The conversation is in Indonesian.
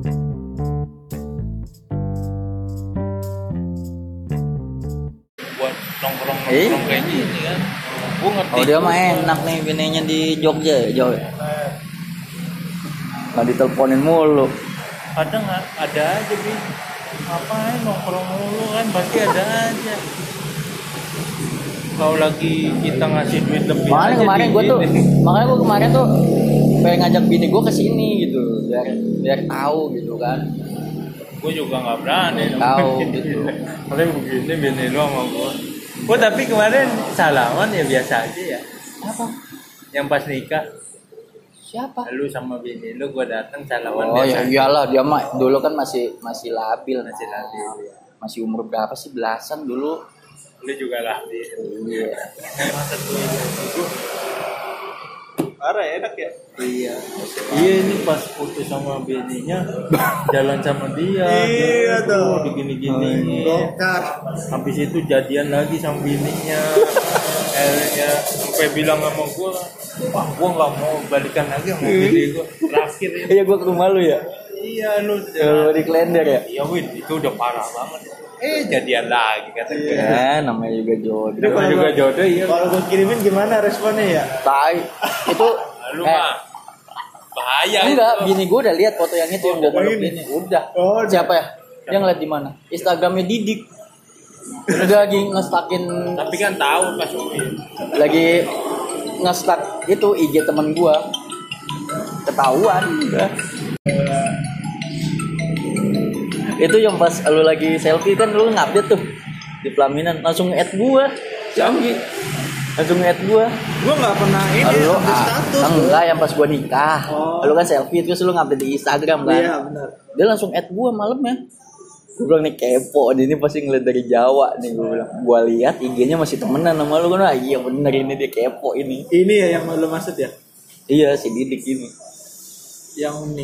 Buat nongkrong Iya. kayak gini kan. Gue ngerti. Oh dia mah enak nih bininya di Jogja, Jauh. Nggak diteleponin mulu. Kadang ada aja Bi. Ngapain nongkrong mulu kan pasti ada aja. Kalau lagi kita ngasih duit lebih Makanya aja kemarin gue tuh, diizinin. makanya gue kemarin tuh pengen ngajak bini gue ke sini gitu, biar tahu gitu kan. Gue juga nggak berani Tahu gitu. Paling begini bini lu sama gue. Gue tapi kemarin salaman ya biasa aja ya. Apa? Yang pas nikah Siapa? lu sama bini lu gue datang salaman Oh ya biasa. iyalah, dia mah dulu kan masih labil, Masih labil. masih umur berapa sih, belasan dulu. Lu juga labil. Iya. Parah enak ya. Iya. Iya ini pas putus sama bininya jalan sama dia. Iya dong. Digini-gini. Bongkar. Habis itu jadian lagi sama bininya. Akhirnya sampai bilang sama gue, wah gue nggak mau balikan lagi sama bini gue. Terakhir ini. Iya gue ke rumah lu ya. Iya lu. Kalau di Klender ya. Iya Win itu udah parah banget. Jadian lagi kata gue. Ya namanya juga jodoh. Itu Kalau juga gua- jodoh ya. Kalau gue kirimin gimana responnya ya? Tai. Itu Lu mah bahaya. enggak, itu. bini gue udah lihat foto yang itu yang gue yang peluk ini? ini. Udah. Oh, udah. Siapa ya? Dia ngeliat di mana? Instagramnya Didik. Udah lagi ngestakin, Tapi kan tahu pas Win. lagi ngestak itu IG temen gue. Ketahuan udah. Itu yang pas lu lagi selfie kan lu ngupdate tuh di pelaminan, langsung add gua. Canggih. Langsung add gua. Gue nggak pernah ini Lu update status. enggak yang pas gua nikah. Oh. Lu kan selfie terus lu ngupdate di Instagram kan. Iya benar. Dia langsung add gua malamnya. Gue bilang nih kepo, dia ini pasti ngeliat dari Jawa nih. Gue bilang, gua lihat IG-nya masih temenan sama lu kan. Ah, iya bener ini dia kepo ini. Ini ya yang lo maksud ya? Iya si Didik ini. Yang